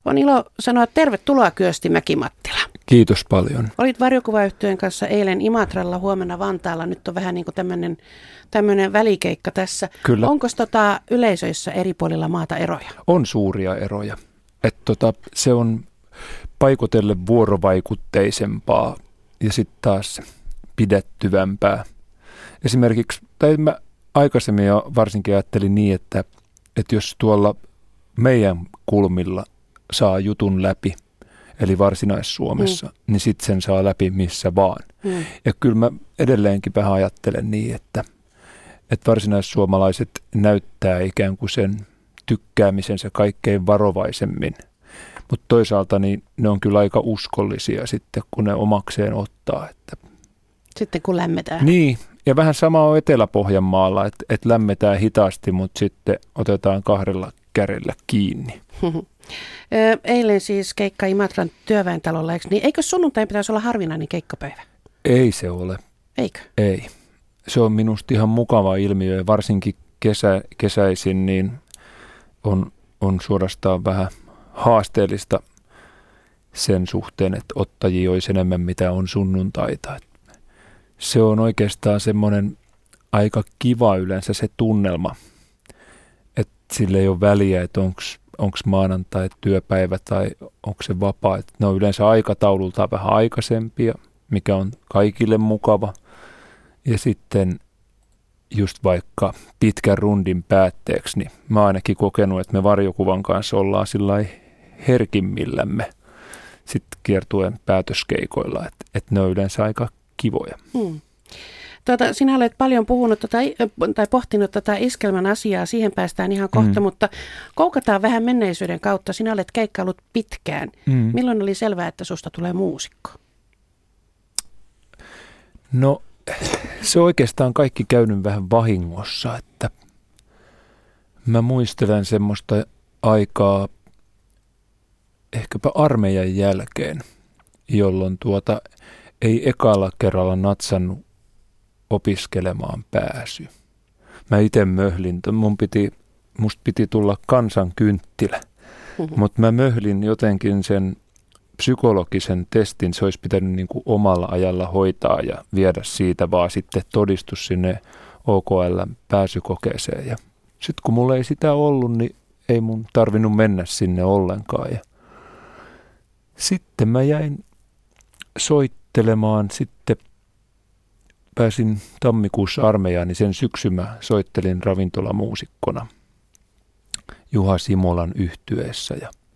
On ilo sanoa tervetuloa Kyösti Mäki-Mattila. Kiitos paljon. Olit varjokuvayhtyeen kanssa eilen Imatralla, huomenna Vantaalla. Nyt on vähän niin kuin tämmöinen välikeikka tässä. Kyllä. Onko yleisöissä eri puolilla maata eroja? On suuria eroja. Se on paikotellen vuorovaikutteisempaa ja sitten taas pidettyvämpää. Esimerkiksi, mä aikaisemmin jo varsinkin ajattelin niin, että jos tuolla meidän kulmilla saa jutun läpi, eli Varsinais-Suomessa, niin sitten sen saa läpi missä vaan. Ja kyllä mä edelleenkin vähän ajattelen niin, että varsinaissuomalaiset näyttää ikään kuin sen tykkäämisensä kaikkein varovaisemmin. Mutta toisaalta niin ne on kyllä aika uskollisia sitten, kun ne omakseen ottaa. Sitten kun lämmetään. Niin, ja vähän sama on Etelä-Pohjanmaalla, että lämmetään hitaasti, mutta sitten otetaan 2 kädellä kiinni. Eilen siis keikka Imatran työväentalolla, niin eikö sunnuntain pitäisi olla harvinainen keikkapäivä? Ei se ole. Eikö? Ei. Se on minusta ihan mukava ilmiö ja varsinkin kesäisin niin on suorastaan vähän haasteellista sen suhteen, että ottajia olisi enemmän mitä on sunnuntaita. Se on oikeastaan semmoinen aika kiva yleensä se tunnelma, että sillä ei ole väliä, että onko maanantai työpäivä tai onko se vapaa. Että ne on yleensä aikataulultaan vähän aikaisempia, mikä on kaikille mukava. Ja sitten just vaikka pitkän rundin päätteeksi, niin mä ainakin kokenut, että me varjokuvan kanssa ollaan sillai herkimmillämme sitten kiertueen päätöskeikoilla, että ne on yleensä aika kivoja. Sinä olet paljon puhunut tai pohtinut tätä iskelmän asiaa, siihen päästään ihan kohta, mutta koukataan vähän menneisyyden kautta. Sinä olet keikkaillut pitkään. Milloin oli selvää, että susta tulee muusikko? No se oikeastaan kaikki käynyt vähän vahingossa, että mä muistelen semmoista aikaa ehkäpä armeijan jälkeen, jolloin ei ekalla kerralla natsannut opiskelemaan pääsy. Mä itse möhlin, musta piti tulla kansankynttilä, mutta mä möhlin jotenkin sen psykologisen testin, se olisi pitänyt niin kuin omalla ajalla hoitaa ja viedä siitä vaan sitten todistus sinne OKL-pääsykokeeseen. Ja sitten kun mulla ei sitä ollut, niin ei mun tarvinnut mennä sinne ollenkaan. Ja sitten mä jäin soittelemaan, sitten pääsin tammikuussa armeijaan, niin sen syksyn mä soittelin ravintolamuusikkona Juha Simolan yhtyeessä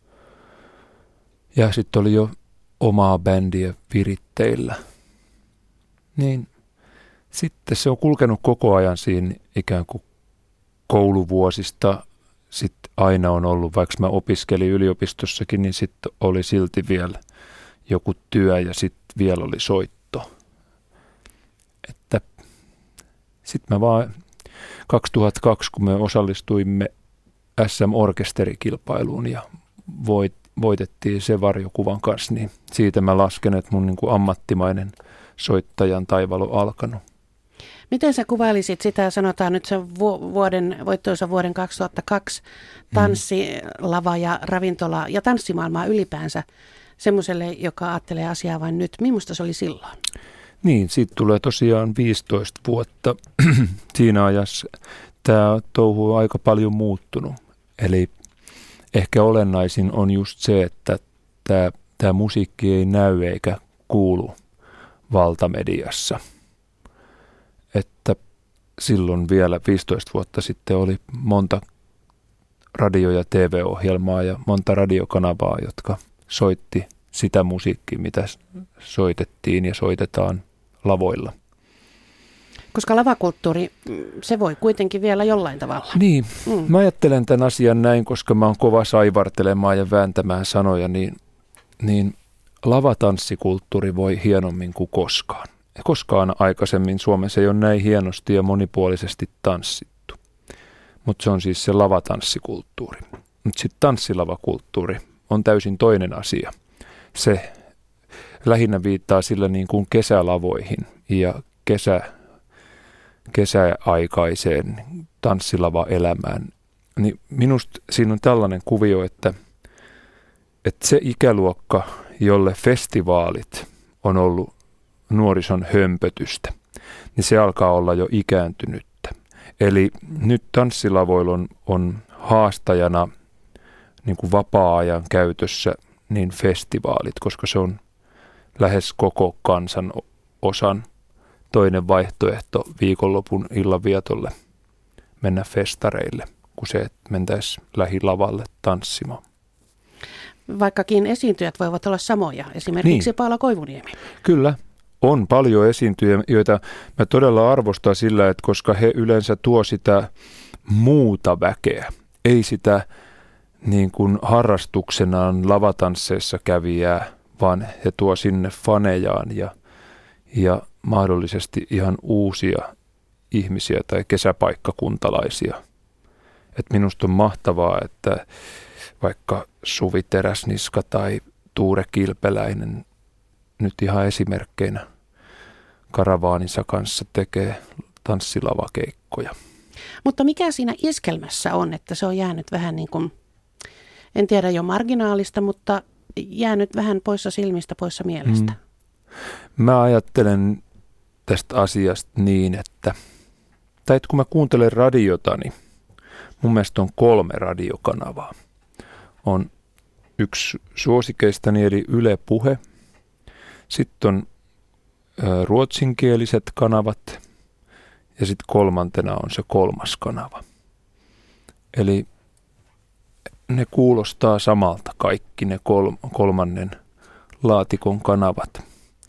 ja sitten oli jo omaa bändiä viritteillä. Niin sitten se on kulkenut koko ajan siinä ikään kuin kouluvuosista. Sitten aina on ollut, vaikka mä opiskelin yliopistossakin, niin sitten oli silti vielä joku työ ja sitten vielä oli soitto. Että sitten mä vaan 2002, kun me osallistuimme SM-orkesterikilpailuun ja voitettiin se varjokuvan kanssa, niin siitä mä lasken, että mun niin kuin ammattimainen soittajan taival on alkanut. Miten sä kuvailisit sitä, sanotaan nyt sen voittoisa vuoden 2002 tanssilava ja ravintola ja tanssimaailmaa ylipäänsä semmoiselle, joka ajattelee asiaa vain nyt? Millaista se oli silloin? Niin, siitä tulee tosiaan 15 vuotta. Siinä ajassa tämä touhu on aika paljon muuttunut. Eli ehkä olennaisin on just se, että tämä musiikki ei näy eikä kuulu valtamediassa. Että silloin vielä 15 vuotta sitten oli monta radio- ja TV-ohjelmaa ja monta radiokanavaa, jotka soitti sitä musiikkia, mitä soitettiin ja soitetaan lavoilla. Koska lavakulttuuri, se voi kuitenkin vielä jollain tavalla. Niin, mä ajattelen tämän asian näin, koska mä oon kova saivartelemaan ja vääntämään sanoja, niin lavatanssikulttuuri voi hienommin kuin koskaan. Koskaan aikaisemmin Suomessa ei ole näin hienosti ja monipuolisesti tanssittu. Mutta se on siis se lavatanssikulttuuri. Mutta sitten tanssilavakulttuuri on täysin toinen asia. Se lähinnä viittaa sillä niin kuin kesälavoihin ja kesäaikaiseen tanssilava-elämään. Niin minusta siinä on tällainen kuvio, että että se ikäluokka, jolle festivaalit on ollut nuorison hömpötystä, niin se alkaa olla jo ikääntynyttä. Eli nyt tanssilavoilla on haastajana niin kuin vapaa-ajan käytössä niin festivaalit, koska se on lähes koko kansan osan toinen vaihtoehto viikonlopun illanvietolle mennä festareille, kuin se, että mentäisiin lähilavalle tanssimaan. Vaikkakin esiintyjät voivat olla samoja, esimerkiksi niin. Paula Koivuniemi. Kyllä, on paljon esiintyjiä, joita mä todella arvostan sillä, että koska he yleensä tuo sitä muuta väkeä, ei sitä niin kuin harrastuksenaan lavatansseissa kävijää, vaan he tuo sinne fanejaan ja mahdollisesti ihan uusia ihmisiä tai kesäpaikkakuntalaisia. Et minusta on mahtavaa, että vaikka Suvi Teräsniska tai Tuure Kilpeläinen nyt ihan esimerkkeinä karavaaninsa kanssa tekee tanssilavakeikkoja. Mutta mikä siinä iskelmässä on, että se on jäänyt vähän niin kuin, en tiedä jo marginaalista, mutta jäänyt vähän poissa silmistä, poissa mielestä? Mä ajattelen tästä asiasta niin, että kun mä kuuntelen radiota, niin mun mielestä on 3 radiokanavaa. On yksi suosikeistani eli Yle Puhe, sitten on ruotsinkieliset kanavat ja sitten 3. on se 3. kanava. Eli ne kuulostaa samalta kaikki ne 3. laatikon kanavat.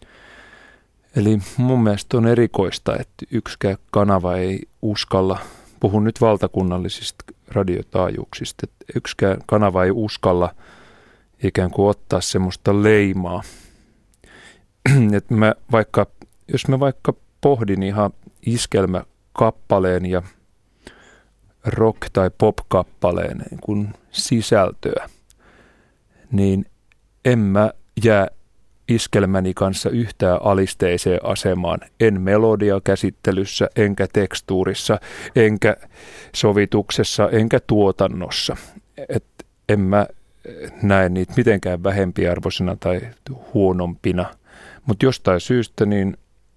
Eli mun mielestä on erikoista, että yksikään kanava ei uskalla, puhun nyt valtakunnallisista radiotaajuuksista, että yksikään kanava ei uskalla ikään kuin ottaa semmoista leimaa. Että jos mä vaikka pohdin ihan iskelmäkappaleen ja rock- tai pop-kappaleen niin kuin sisältöä, niin en mä jää iskelmäni kanssa yhtään alisteiseen asemaan, en melodiakäsittelyssä, enkä tekstuurissa, enkä sovituksessa, enkä tuotannossa. Et en mä näe niitä mitenkään vähempiarvoisena tai huonompina, mutta jostain syystä niin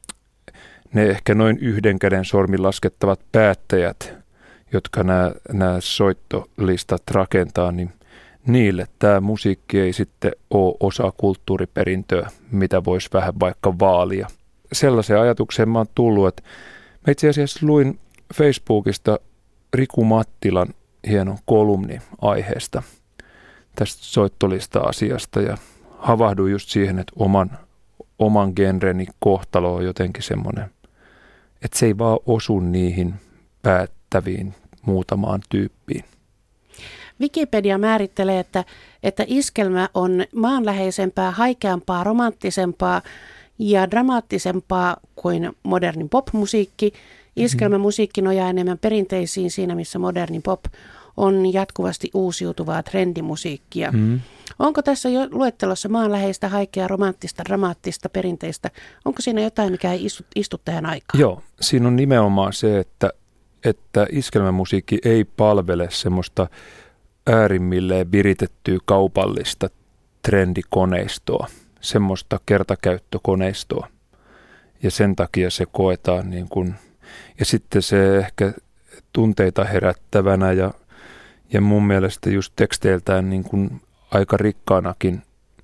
ne ehkä noin yhden käden sormin laskettavat päättäjät, jotka nämä soittolistat rakentaa, niin niille tämä musiikki ei sitten ole osa kulttuuriperintöä, mitä voisi vähän vaikka vaalia. Sellaisen ajatukseen mä oon tullut, että mä itse asiassa luin Facebookista Riku Mattilan hienon kolumni aiheesta, tästä soittolista-asiasta, ja havahduin just siihen, että oman genreni kohtalo on jotenkin semmoinen, että se ei vaan osu niihin päättäviin muutamaan tyyppiin. Wikipedia määrittelee, että iskelmä on maanläheisempää, haikeampaa, romanttisempaa ja dramaattisempaa kuin moderni popmusiikki. Iskelmämusiikki nojaa enemmän perinteisiin siinä, missä moderni pop on jatkuvasti uusiutuvaa trendimusiikkia. Onko tässä jo luettelossa maanläheistä, haikeaa, romanttista, dramaattista, perinteistä? Onko siinä jotain, mikä ei istu tähän aikaan? Joo, siinä on nimenomaan se, että iskelmämusiikki ei palvele semmoista äärimmilleen viritettyä kaupallista trendikoneistoa, semmoista kertakäyttökoneistoa. Ja sen takia se koetaan niin kuin, ja sitten se ehkä tunteita herättävänä ja mun mielestä just teksteiltään niin kuin aika rikkaanakin,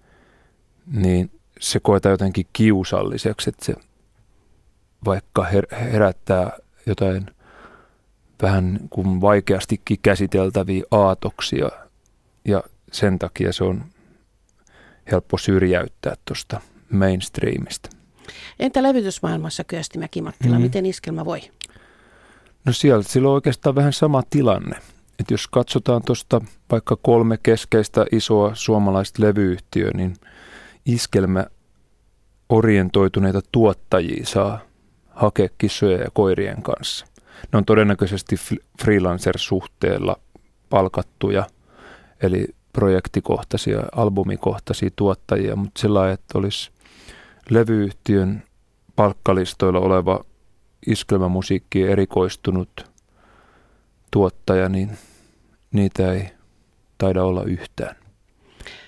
niin se koetaan jotenkin kiusalliseksi, että se vaikka herättää jotain vähän kuin vaikeastikin käsiteltäviä aatoksia, ja sen takia se on helppo syrjäyttää tuosta mainstreamista. Entä levytysmaailmassa, Kyösti Mäki-Mattila, miten iskelmä voi? No sillä on oikeastaan vähän sama tilanne. Et jos katsotaan tuosta vaikka 3 keskeistä isoa suomalaista levyyhtiöä, niin iskelmä orientoituneita tuottajia saa hakea kissoja ja koirien kanssa. Ne on todennäköisesti freelancer-suhteella palkattuja, eli projektikohtaisia, albumikohtaisia tuottajia, mutta sellainen, että olisi levyyhtiön palkkalistoilla oleva iskelmämusiikkiin erikoistunut tuottaja, niin niitä ei taida olla yhtään.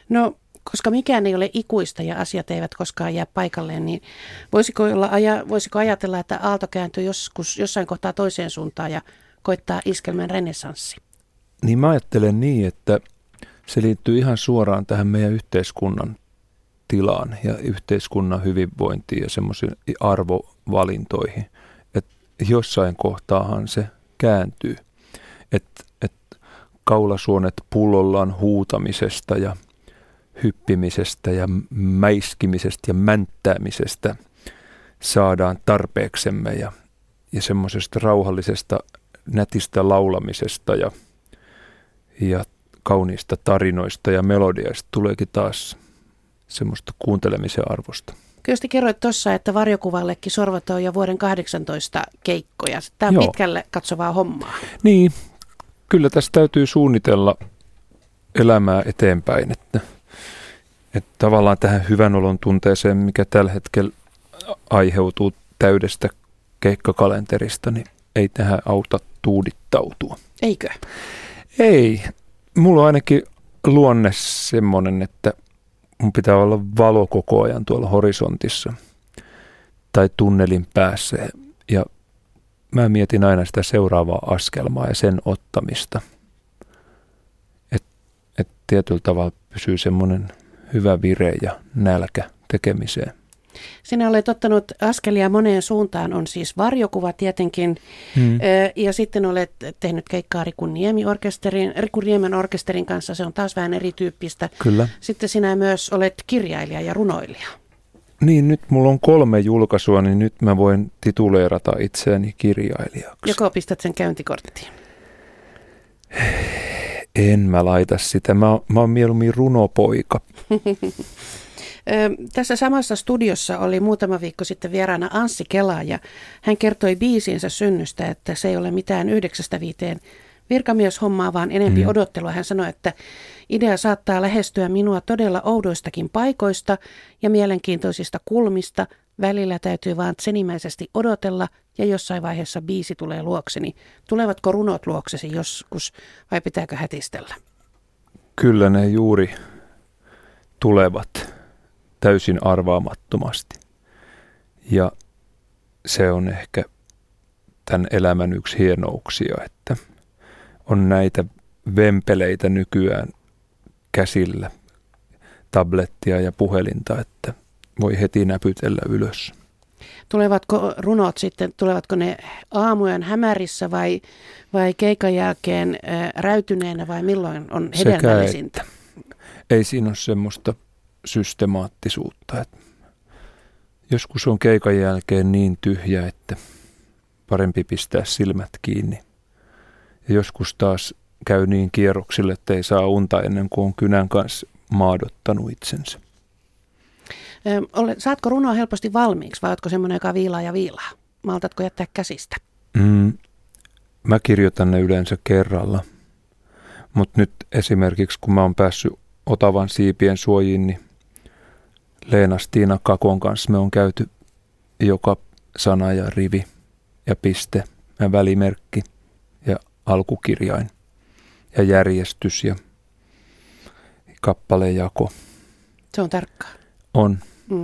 No, koska mikään ei ole ikuista ja asiat eivät koskaan jää paikalleen, niin voisiko ajatella, että aalto kääntyy jossain kohtaa toiseen suuntaan ja koittaa iskelmän renessanssi? Niin mä ajattelen niin, että se liittyy ihan suoraan tähän meidän yhteiskunnan tilaan ja yhteiskunnan hyvinvointiin ja semmoisiin arvovalintoihin. Että jossain kohtaahan se kääntyy. Että kaulasuonet pullollaan huutamisesta ja hyppimisestä ja mäiskimisestä ja mänttäämisestä saadaan tarpeeksemme ja semmoisesta rauhallisesta nätistä laulamisesta ja kauniista tarinoista ja melodiasta tuleekin taas semmoista kuuntelemisen arvosta. Kyllä te kerroit tuossa, että Varjokuvallekin sorvataan jo vuoden 18 keikkoja. Tämä on pitkälle katsovaa hommaa. Niin, kyllä tässä täytyy suunnitella elämää eteenpäin, että tavallaan tähän hyvän olon tunteeseen, mikä tällä hetkellä aiheutuu täydestä keikkakalenterista, niin ei tähän auta tuudittautua. Eikö? Ei. Mulla on ainakin luonne semmoinen, että mun pitää olla valo koko ajan tuolla horisontissa tai tunnelin päässä. Ja mä mietin aina sitä seuraavaa askelmaa ja sen ottamista. Että tietyllä tavalla pysyy semmoinen hyvä vire ja nälkä tekemiseen. Sinä olet ottanut askelia moneen suuntaan, on siis Varjokuva tietenkin, ja sitten olet tehnyt keikkaa Riku Niemen orkesterin kanssa, se on taas vähän erityyppistä. Kyllä. Sitten sinä myös olet kirjailija ja runoilija. Niin, nyt mulla on 3 julkaisua, niin nyt mä voin tituleerata itseäni kirjailijaksi. Joko pistät sen käyntikorttiin? En mä laita sitä, mä oon mieluummin runopoika. Tässä samassa studiossa oli muutama viikko sitten vieraana Anssi Kela ja hän kertoi biisinsä synnystä, että se ei ole mitään 9–5 virkamieshommaa, vaan enempi odottelua. Hän sanoi, että idea saattaa lähestyä minua todella oudoistakin paikoista ja mielenkiintoisista kulmista. Välillä täytyy vaan senimäisesti odotella ja jossain vaiheessa biisi tulee luokseni. Tulevatko runot luoksesi joskus vai pitääkö hätistellä? Kyllä ne juuri tulevat täysin arvaamattomasti. Ja se on ehkä tämän elämän yksi hienouksia, että on näitä vempeleitä nykyään käsillä, tablettia ja puhelinta, että voi heti näpytellä ylös. Tulevatko runot sitten, tulevatko ne aamujen hämärissä vai keikan jälkeen räytyneenä vai milloin on hedelmällisintä? Ei siinä ole semmoista systemaattisuutta. Että joskus on keikan jälkeen niin tyhjä, että parempi pistää silmät kiinni. Ja joskus taas käy niin kierroksille, että ei saa unta ennen kuin on kynän kanssa maadottanut itsensä. Saatko runoa helposti valmiiksi vai oletko semmoinen, joka viilaa ja viilaa? Maltatko jättää käsistä? Mä kirjoitan ne yleensä kerralla. Mutta nyt esimerkiksi kun mä oon päässyt Otavan siipien suojiin, niin Leena-Stiina Kakon kanssa me on käyty joka sana ja rivi ja piste ja välimerkki ja alkukirjain ja järjestys ja kappalejako. Se on tarkkaa. On.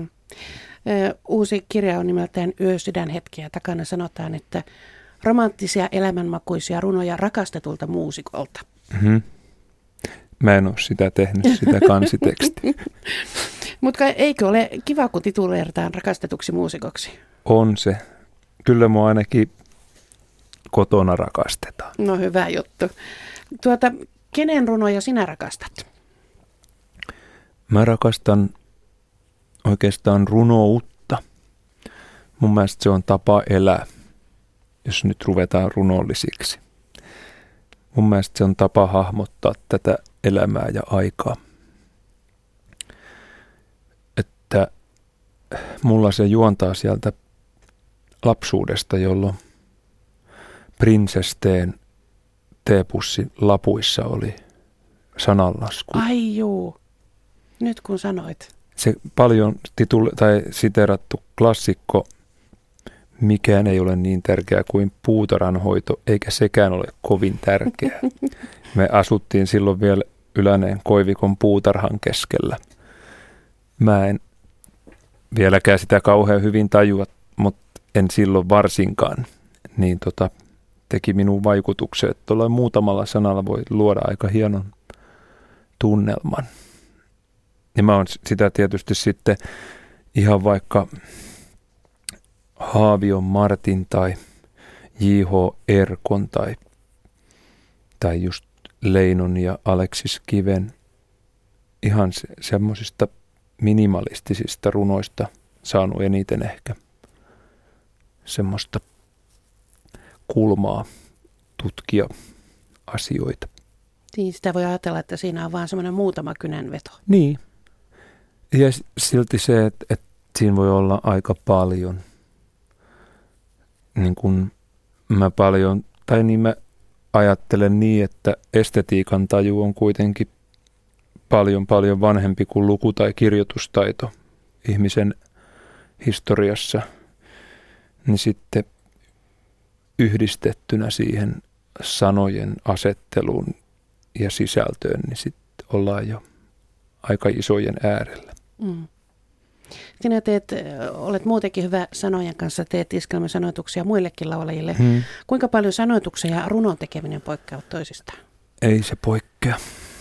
Uusi kirja on nimeltään Yösydänhetkiä. Takana sanotaan, että romanttisia elämänmakuisia runoja rakastetulta muusikolta. Mä en ole sitä tehnyt, sitä kansitekstiä. Mutta eikö ole kiva, kun tituleerataan rakastetuksi muusikoksi? On se. Kyllä mua ainakin kotona rakastetaan. No hyvä juttu. Kenen runoja sinä rakastat? Mä rakastan oikeastaan runoutta. Mun mielestä se on tapa elää, jos nyt ruvetaan runollisiksi. Mun mielestä se on tapa hahmottaa tätä elämää ja aikaa. Että mulla se juontaa sieltä lapsuudesta, jolloin prinsesteen teepussin lapuissa oli sananlasku. Ai juu, nyt kun sanoit. Se paljon siteerattu klassikko, mikään ei ole niin tärkeää kuin puutarhanhoito, eikä sekään ole kovin tärkeää. Me asuttiin silloin vielä Yläneen koivikon puutarhan keskellä. Mä en vieläkään sitä kauhean hyvin tajua, mutta en silloin varsinkaan. Niin teki minun vaikutuksen, että tuollain muutamalla sanalla voi luoda aika hienon tunnelman. Ja mä oon sitä tietysti sitten ihan vaikka Haavion Martin tai J.H. Erkon tai just Leinon ja Aleksis Kiven ihan semmoisista minimalistisista runoista saanut eniten ehkä semmoista kulmaa tutkia asioita. Niin, sitä voi ajatella, että siinä on vaan semmoinen muutama kynänveto. Niin. Ja silti se, että siinä voi olla aika paljon, niin kuin mä ajattelen niin, että estetiikan taju on kuitenkin paljon vanhempi kuin luku- tai kirjoitustaito ihmisen historiassa, niin sitten yhdistettynä siihen sanojen asetteluun ja sisältöön, niin sitten ollaan jo aika isojen äärellä. Mm. Sinä olet muutenkin hyvä sanojen kanssa, teet iskelmäsanoituksia muillekin laulajille. Kuinka paljon sanoituksia ja runon tekeminen poikkeavat toisistaan? Ei se poikkea.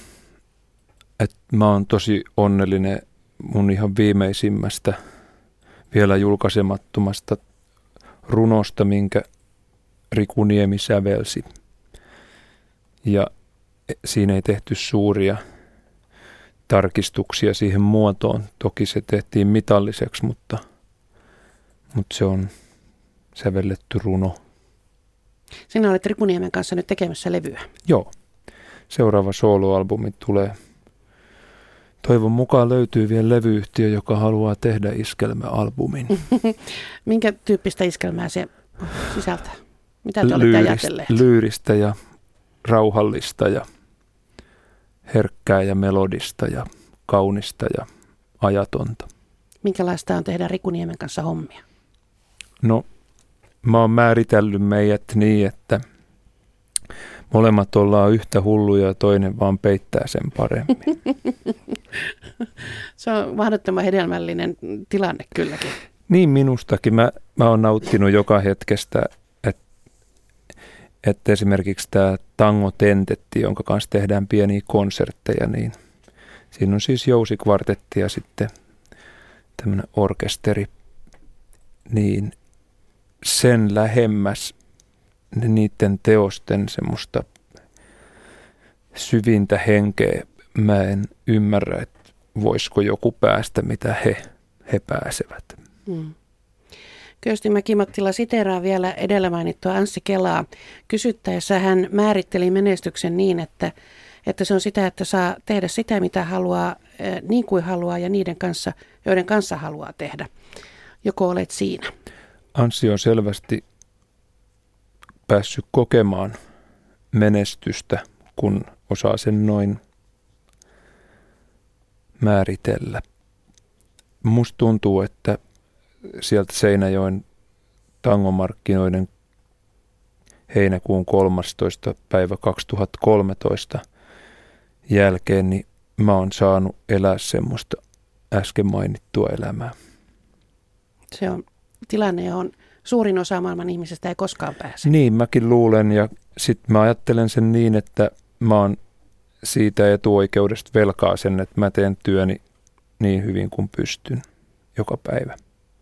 Mä oon tosi onnellinen mun ihan viimeisimmästä, vielä julkaisemattomasta runosta, minkä Riku Niemi sävelsi. Ja siinä ei tehty suuria tarkistuksia siihen muotoon. Toki se tehtiin mitalliseksi, mutta se on sävelletty runo. Sinä olet Riku Niemen kanssa nyt tekemässä levyä. Joo. Seuraava soloalbumi tulee. Toivon mukaan löytyy vielä levyyhtiö, joka haluaa tehdä iskelmäalbumin. Minkä tyyppistä iskelmää se sisältää? Mitä te olette ajatelleet? Lyyristä ja rauhallista ja herkkää ja melodista ja kaunista ja ajatonta. Minkälaista on tehdä Riku Niemen kanssa hommia? No, mä oon määritellyt meidät niin, että molemmat ollaan yhtä hulluja ja toinen vaan peittää sen paremmin. Se on mahdottoman hedelmällinen tilanne kylläkin. Niin minustakin. Mä oon nauttinut joka hetkestä, että esimerkiksi tämä Tango Tentetti, jonka kanssa tehdään pieniä konsertteja, niin siinä on siis jousikvartetti ja sitten tämmöinen orkesteri, niin sen lähemmäs niiden teosten semmoista syvintä henkeä mä en ymmärrä, että voisiko joku päästä, mitä he pääsevät. Kyösti Mäki-Mattila siteeraa vielä edellä mainittua Anssi Kelaa. Kysyttäessä hän määritteli menestyksen niin, että se on sitä, että saa tehdä sitä, mitä haluaa, niin kuin haluaa ja niiden kanssa, joiden kanssa haluaa tehdä. Joko olet siinä? Anssi on selvästi päässyt kokemaan menestystä, kun osaa sen noin määritellä. Musta tuntuu, että sieltä Seinäjoen tangomarkkinoiden heinäkuun 13. päivä 2013 jälkeen, niin mä oon saanut elää semmoista äsken mainittua elämää. Se on tilanne, johon suurin osa maailman ihmisistä ei koskaan pääse. Niin, mäkin luulen, ja sitten mä ajattelen sen niin, että mä oon siitä etuoikeudesta velkaa sen, että mä teen työni niin hyvin kuin pystyn joka päivä.